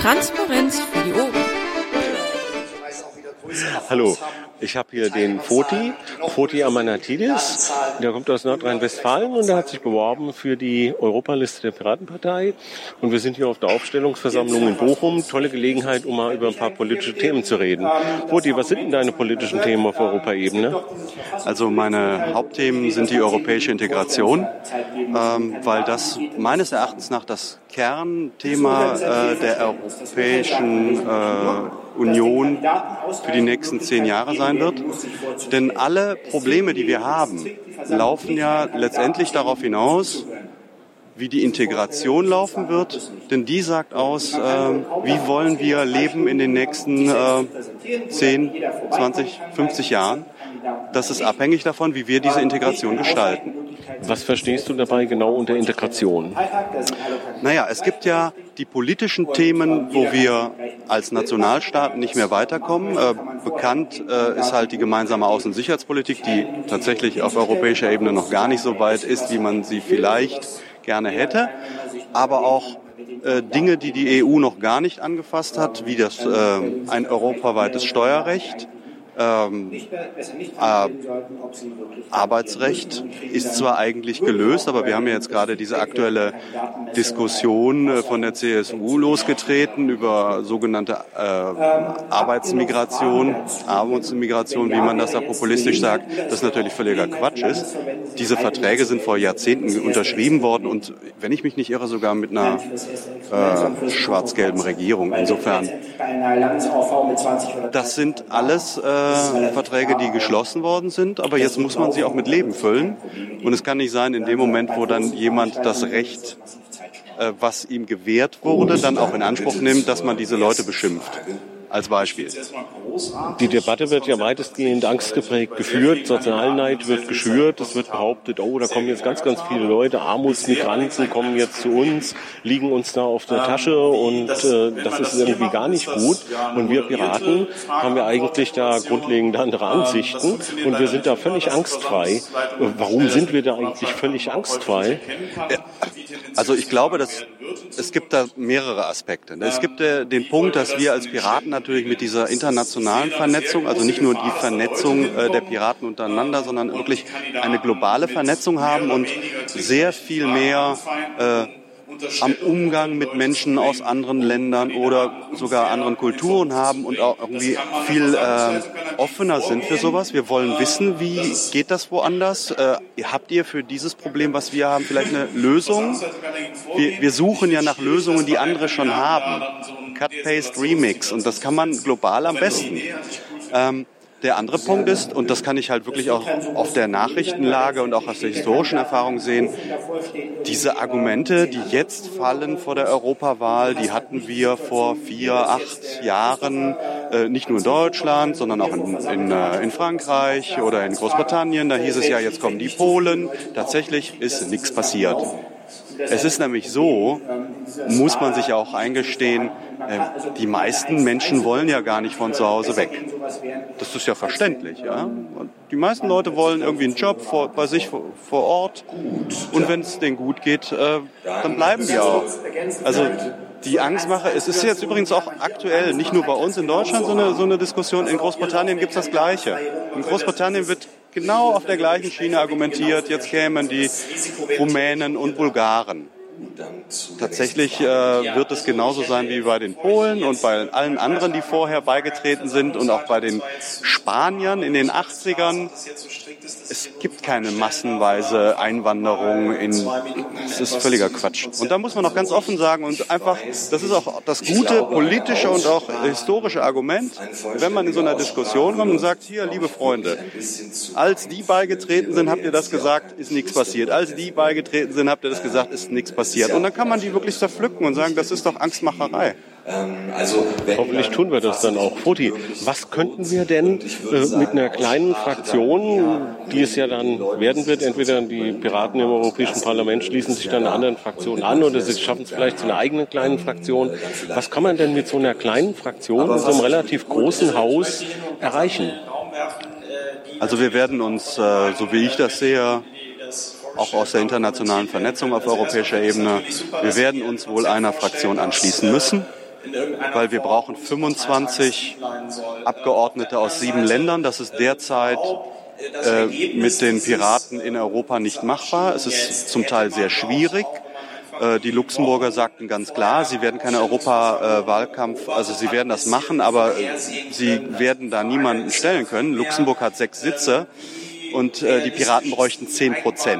Transparenz für die Ohren. Hallo, ich habe hier den Foti Amanatidis, der kommt aus Nordrhein-Westfalen und der hat sich beworben für die Europaliste der Piratenpartei. Und wir sind hier auf der Aufstellungsversammlung in Bochum. Tolle Gelegenheit, um mal über ein paar politische Themen zu reden. Foti, was sind denn deine politischen Themen auf Europaebene? Also meine Hauptthemen sind die europäische Integration, weil das meines Erachtens nach das Kernthema der Europäischen Union für die nächsten 10 Jahre sein wird. Denn alle Probleme, die wir haben, laufen ja letztendlich darauf hinaus, wie die Integration laufen wird. Denn die sagt aus, wie wollen wir leben in den nächsten 10, 20, 50 Jahren. Das ist abhängig davon, wie wir diese Integration gestalten. Was verstehst du dabei genau unter Integration? Naja, es gibt ja die politischen Themen, wo wir als Nationalstaaten nicht mehr weiterkommen. Bekannt ist halt die gemeinsame Außen- und Sicherheitspolitik, die tatsächlich auf europäischer Ebene noch gar nicht so weit ist, wie man sie vielleicht gerne hätte. Aber auch Dinge, die die EU noch gar nicht angefasst hat, wie ein europaweites Steuerrecht. Arbeitsrecht ist zwar eigentlich gelöst, aber wir haben ja jetzt gerade diese aktuelle Diskussion von der CSU losgetreten über sogenannte Armutsmigration, wie man das da populistisch sagt, das natürlich völliger Quatsch ist. Diese Verträge sind vor Jahrzehnten unterschrieben worden und, wenn ich mich nicht irre, sogar mit einer schwarz-gelben Regierung. Insofern, das sind alles Verträge, die geschlossen worden sind, aber jetzt muss man sie auch mit Leben füllen. Und es kann nicht sein, in dem Moment, wo dann jemand das Recht, was ihm gewährt wurde, dann auch in Anspruch nimmt, dass man diese Leute beschimpft. Als Beispiel. Die Debatte wird ja weitestgehend angstgeprägt geführt, Sozialneid wird geschürt, es wird behauptet, oh, da kommen jetzt ganz, ganz viele Leute, Armutsmigranten kommen jetzt zu uns, liegen uns da auf der Tasche und das ist irgendwie gar nicht gut. Und wir Piraten haben ja eigentlich da grundlegend andere Ansichten und wir sind da völlig angstfrei. Warum sind wir da eigentlich völlig angstfrei? Also ich glaube, es gibt da mehrere Aspekte. Es gibt den Punkt, dass wir als Piraten natürlich mit dieser internationalen Vernetzung, also nicht nur die Vernetzung der Piraten untereinander, sondern wirklich eine globale Vernetzung haben und sehr viel mehr am Umgang mit Menschen aus anderen Ländern oder sogar anderen Kulturen haben und auch irgendwie viel offener sind für sowas. Wir wollen wissen, wie geht das woanders? Habt ihr für dieses Problem, was wir haben, vielleicht eine Lösung? Wir suchen ja nach Lösungen, die andere schon haben. Cut, Paste, Remix. Und das kann man global am besten. Der andere Punkt ist, und das kann ich halt wirklich auch auf der Nachrichtenlage und auch aus der historischen Erfahrung sehen, diese Argumente, die jetzt fallen vor der Europawahl, die hatten wir vor 4, 8 Jahren, nicht nur in Deutschland, sondern auch in Frankreich oder in Großbritannien. Da hieß es ja, jetzt kommen die Polen. Tatsächlich ist nichts passiert. Es ist nämlich so, muss man sich auch eingestehen, die meisten Menschen wollen ja gar nicht von zu Hause weg. Das ist ja verständlich, ja. Und die meisten Leute wollen irgendwie einen Job bei sich vor Ort. Und wenn es denen gut geht, dann bleiben die auch. Also die Angstmache, es ist jetzt übrigens auch aktuell, nicht nur bei uns in Deutschland so eine Diskussion, in Großbritannien gibt es das Gleiche. In Großbritannien wird genau auf der gleichen Schiene argumentiert, jetzt kämen die Rumänen und Bulgaren. Tatsächlich wird es genauso sein wie bei den Polen und bei allen anderen, die vorher beigetreten sind und auch bei den Spaniern in den 80ern. Es gibt keine massenweise Einwanderung es ist völliger Quatsch. Und da muss man auch ganz offen sagen und einfach, das ist auch das gute politische und auch historische Argument, wenn man in so einer Diskussion kommt und sagt, hier, liebe Freunde, als die beigetreten sind, habt ihr das gesagt, ist nichts passiert. Als die beigetreten sind, habt ihr das gesagt, ist nichts passiert. Und dann kann man die wirklich zerpflücken und sagen, das ist doch Angstmacherei. Hoffentlich tun wir das dann auch. Foti, was könnten wir denn mit einer kleinen Fraktion, die es ja dann werden wird, entweder die Piraten im Europäischen Parlament schließen sich dann einer anderen Fraktion an oder sie schaffen es vielleicht zu einer eigenen kleinen Fraktion. Was kann man denn mit so einer kleinen Fraktion in so einem relativ großen Haus erreichen? Also wir werden uns, so wie ich das sehe, auch aus der internationalen Vernetzung auf europäischer Ebene, wir werden uns wohl einer Fraktion anschließen müssen. weil wir brauchen 25 Abgeordnete aus 7 Ländern. Das ist derzeit mit den Piraten in Europa nicht machbar. Es ist zum Teil sehr schwierig. Die Luxemburger sagten ganz klar, sie werden keine Europawahlkampf, also sie werden das machen, aber sie werden da niemanden stellen können. Luxemburg hat 6 Sitze und die Piraten bräuchten 10%.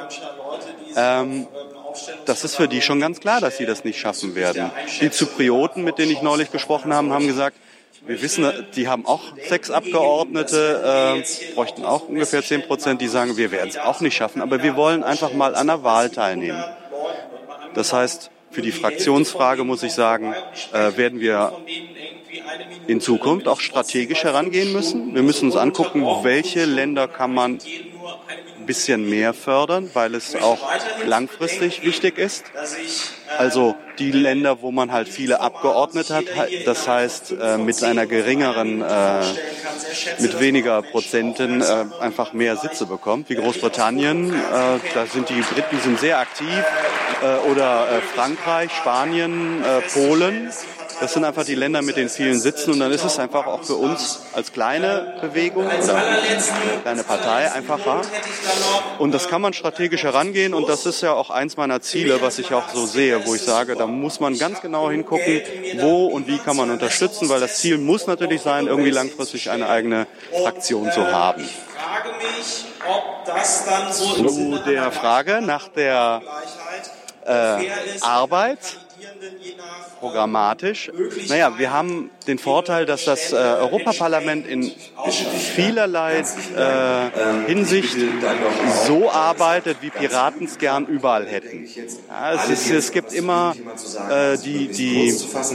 Das ist für die schon ganz klar, dass sie das nicht schaffen werden. Die Zyprioten, mit denen ich neulich gesprochen habe, haben gesagt, wir wissen, die haben auch 6 Abgeordnete, bräuchten auch ungefähr 10%, die sagen, wir werden es auch nicht schaffen, aber wir wollen einfach mal an der Wahl teilnehmen. Das heißt, für die Fraktionsfrage muss ich sagen, werden wir in Zukunft auch strategisch herangehen müssen. Wir müssen uns angucken, welche Länder kann man ein bisschen mehr fördern, weil es auch langfristig wichtig ist. Also die Länder, wo man halt viele Abgeordnete hat, das heißt mit einer geringeren, mit weniger Prozenten einfach mehr Sitze bekommt, wie Großbritannien, da sind die Briten sind sehr aktiv, oder Frankreich, Spanien, Polen. Das sind einfach die Länder mit den vielen Sitzen und dann ist es einfach auch für uns als kleine Bewegung oder kleine Partei einfacher. Und das kann man strategisch herangehen und das ist ja auch eins meiner Ziele, was ich auch so sehe, wo ich sage, da muss man ganz genau hingucken, wo und wie kann man unterstützen, weil das Ziel muss natürlich sein, irgendwie langfristig eine eigene Fraktion zu haben. Zu der Frage nach der Arbeit, programmatisch. Naja, wir haben den Vorteil, dass das Europaparlament in vielerlei Hinsicht so arbeitet, wie Piraten es gern überall hätten. Ja, es gibt immer die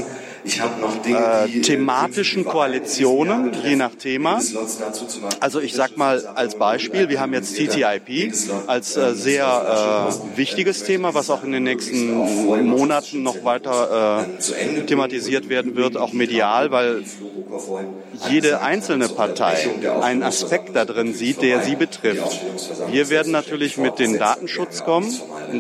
thematischen Koalitionen, je nach Thema. Also ich sag mal als Beispiel, wir haben jetzt TTIP als sehr wichtiges Thema, was auch in den nächsten Monaten noch weiter thematisiert werden wird, auch medial, weil jede einzelne Partei einen Aspekt da drin sieht, der sie betrifft. Wir werden natürlich mit dem Datenschutz kommen.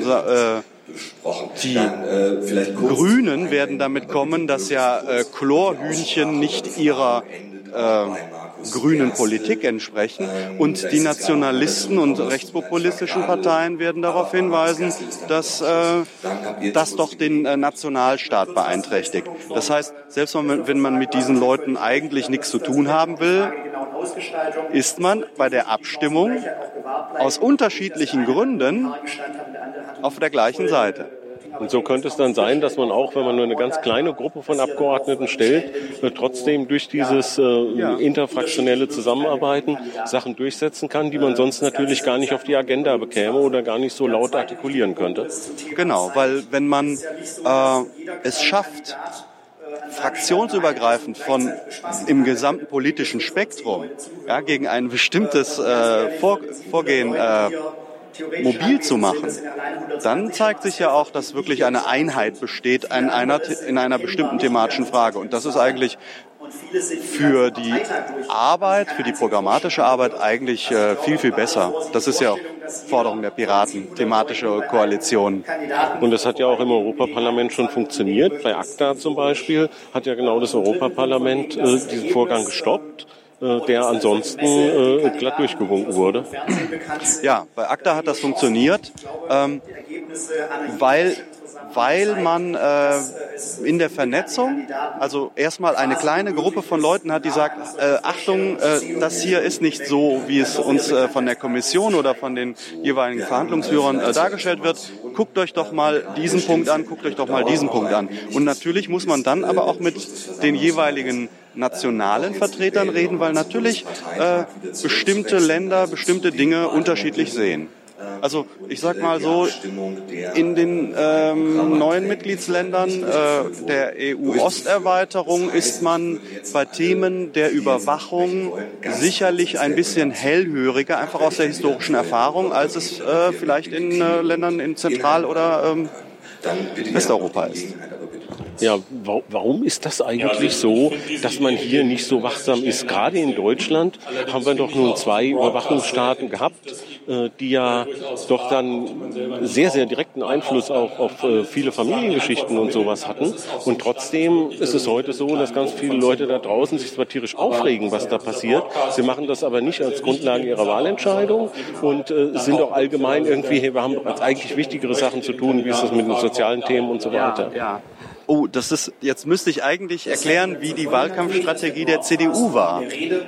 Die Grünen werden damit kommen, dass ja Chlorhühnchen nicht ihrer grünen Politik entsprechen und die Nationalisten und rechtspopulistischen Parteien werden darauf hinweisen, dass das doch den Nationalstaat beeinträchtigt. Das heißt, selbst wenn man mit diesen Leuten eigentlich nichts zu tun haben will, ist man bei der Abstimmung aus unterschiedlichen Gründen auf der gleichen Seite. Und so könnte es dann sein, dass man auch, wenn man nur eine ganz kleine Gruppe von Abgeordneten stellt, trotzdem durch dieses interfraktionelle Zusammenarbeiten Sachen durchsetzen kann, die man sonst natürlich gar nicht auf die Agenda bekäme oder gar nicht so laut artikulieren könnte. Genau, weil wenn man es schafft, fraktionsübergreifend im gesamten politischen Spektrum gegen ein bestimmtes Vorgehen mobil zu machen, dann zeigt sich ja auch, dass wirklich eine Einheit besteht in einer bestimmten thematischen Frage. Und das ist eigentlich für die Arbeit, für die programmatische Arbeit eigentlich viel, viel besser. Das ist ja auch Forderung der Piraten, thematische Koalitionen. Und das hat ja auch im Europaparlament schon funktioniert. Bei ACTA zum Beispiel hat ja genau das Europaparlament diesen Vorgang gestoppt, der ansonsten glatt durchgewunken wurde. Ja, bei ACTA hat das funktioniert, weil man in der Vernetzung, also erstmal eine kleine Gruppe von Leuten hat, die sagt, Achtung, das hier ist nicht so, wie es uns von der Kommission oder von den jeweiligen Verhandlungsführern dargestellt wird. Guckt euch doch mal diesen Punkt an, guckt euch doch mal diesen Punkt an. Und natürlich muss man dann aber auch mit den jeweiligen nationalen Vertretern reden, weil natürlich bestimmte Länder bestimmte Dinge unterschiedlich sehen. Also ich sag mal so, in den neuen Mitgliedsländern der EU-Osterweiterung ist man bei Themen der Überwachung sicherlich ein bisschen hellhöriger, einfach aus der historischen Erfahrung, als es vielleicht in Ländern in Zentral- oder Westeuropa ist. Ja, warum ist das eigentlich so, dass man hier nicht so wachsam ist? Gerade in Deutschland haben wir doch nun 2 Überwachungsstaaten gehabt, die ja doch dann sehr, sehr direkten Einfluss auch auf viele Familiengeschichten und sowas hatten. Und trotzdem ist es heute so, dass ganz viele Leute da draußen sich zwar tierisch aufregen, was da passiert. Sie machen das aber nicht als Grundlage ihrer Wahlentscheidung und sind auch allgemein irgendwie, hey, wir haben doch eigentlich wichtigere Sachen zu tun, wie ist das mit den sozialen Themen und so weiter. Ja. Oh, jetzt müsste ich eigentlich erklären, wie die Wahlkampfstrategie der CDU war.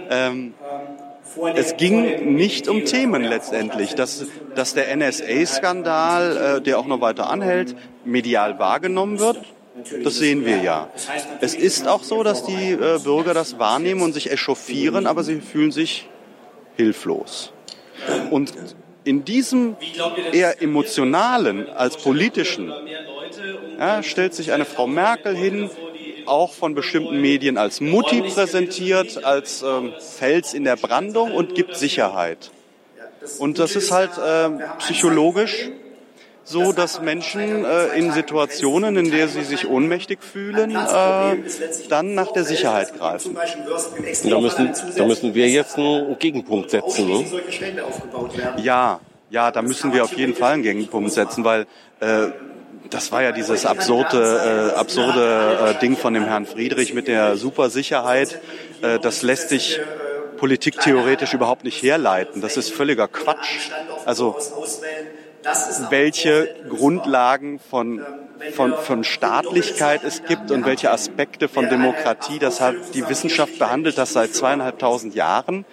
Es ging nicht um Themen letztendlich, dass der NSA-Skandal, der auch noch weiter anhält, medial wahrgenommen wird. Das sehen wir ja. Es ist auch so, dass die Bürger das wahrnehmen und sich echauffieren, aber sie fühlen sich hilflos. Und in diesem eher emotionalen als politischen stellt sich eine Frau Merkel hin, auch von bestimmten Medien als Mutti präsentiert, als Fels in der Brandung und gibt Sicherheit. Und das ist halt psychologisch so, dass Menschen in Situationen, in der sie sich ohnmächtig fühlen, dann nach der Sicherheit greifen. Und da müssen wir jetzt einen Gegenpunkt setzen, ne? Ja, da müssen wir auf jeden Fall einen Gegenpunkt setzen, weil das war ja dieses absurde Ding von dem Herrn Friedrich mit der Supersicherheit. Das lässt sich politiktheoretisch überhaupt nicht herleiten. Das ist völliger Quatsch. Also welche Grundlagen von Staatlichkeit es gibt und welche Aspekte von Demokratie, das hat die Wissenschaft behandelt das seit 2.500 Jahren.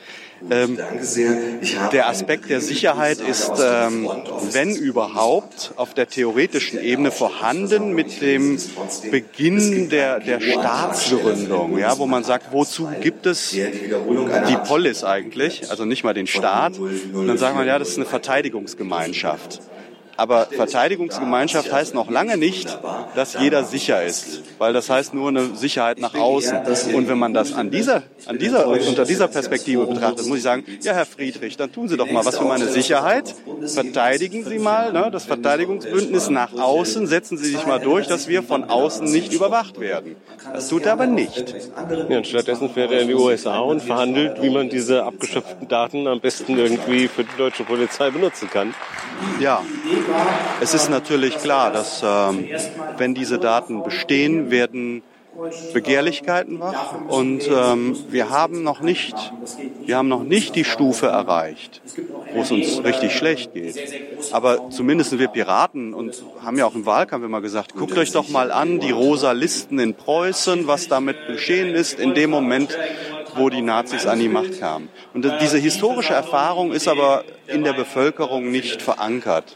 Der Aspekt der Sicherheit ist, wenn überhaupt, auf der theoretischen Ebene vorhanden mit dem Beginn der Staatsgründung, ja, wo man sagt, wozu gibt es die Polis eigentlich, also nicht mal den Staat, und dann sagt man, ja, das ist eine Verteidigungsgemeinschaft. Aber Verteidigungsgemeinschaft heißt noch lange nicht, dass jeder sicher ist, weil das heißt nur eine Sicherheit nach außen. Und wenn man das unter dieser Perspektive betrachtet, muss ich sagen, ja, Herr Friedrich, dann tun Sie doch mal was für meine Sicherheit. Verteidigen Sie mal, ne, das Verteidigungsbündnis nach außen, setzen Sie sich mal durch, dass wir von außen nicht überwacht werden. Das tut er aber nicht. Ja, und stattdessen fährt er in die USA und verhandelt, wie man diese abgeschöpften Daten am besten irgendwie für die deutsche Polizei benutzen kann. Ja. Es ist natürlich klar, dass wenn diese Daten bestehen, werden Begehrlichkeiten wach und wir haben noch nicht die Stufe erreicht, wo es uns richtig schlecht geht. Aber zumindest sind wir Piraten und haben ja auch im Wahlkampf immer gesagt, guckt euch doch mal an, die rosa Listen in Preußen, was damit geschehen ist in dem Moment, wo die Nazis an die Macht kamen. Und diese historische Erfahrung ist aber in der Bevölkerung nicht verankert.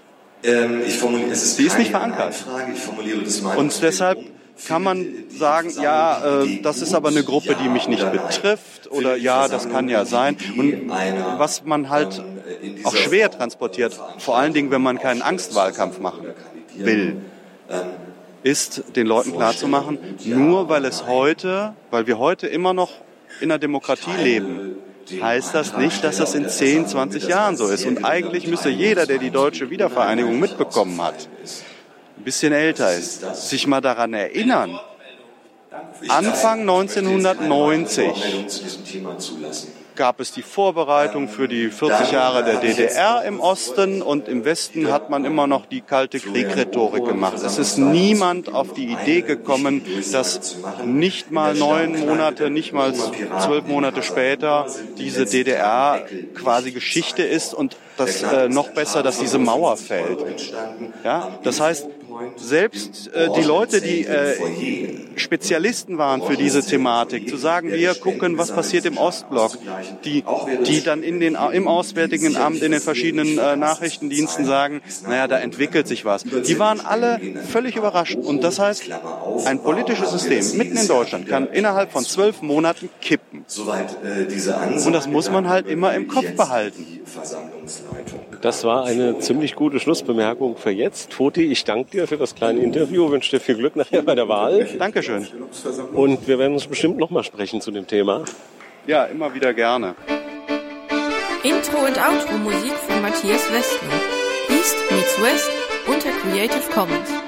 Sie ist nicht verankert. Und deshalb kann man sagen, ja, das ist aber eine Gruppe, die mich nicht betrifft oder ja, das kann ja sein. Und was man halt auch schwer transportiert, vor allen Dingen, wenn man keinen Angstwahlkampf machen will, ist den Leuten klarzumachen, nur weil wir heute immer noch in einer Demokratie leben, heißt das nicht, dass das in 10, 20 Jahren so ist. Und eigentlich müsste jeder, der die deutsche Wiedervereinigung mitbekommen hat, ein bisschen älter ist, sich mal daran erinnern. Anfang 1990 gab es die Vorbereitung für die 40 Jahre der DDR im Osten und im Westen hat man immer noch die kalte Krieg-Rhetorik gemacht. Es ist niemand auf die Idee gekommen, dass nicht mal 9 Monate, nicht mal 12 Monate später diese DDR quasi Geschichte ist und das noch besser, dass diese Mauer fällt. Ja, das heißt, selbst die Leute, die Spezialisten waren für diese Thematik, zu sagen, wir gucken, was passiert im Ostblock, die dann im Auswärtigen Amt, in den verschiedenen Nachrichtendiensten sagen, naja, da entwickelt sich was. Die waren alle völlig überrascht. Und das heißt, ein politisches System mitten in Deutschland kann innerhalb von 12 Monaten kippen. Und das muss man halt immer im Kopf behalten. Das war eine ziemlich gute Schlussbemerkung für jetzt. Toti, ich danke dir für das kleine Interview, wünsche dir viel Glück nachher bei der Wahl. Dankeschön. Und wir werden uns bestimmt nochmal sprechen zu dem Thema. Ja, immer wieder gerne. Intro und Outro Musik von Matthias Westner. East meets West unter Creative Commons.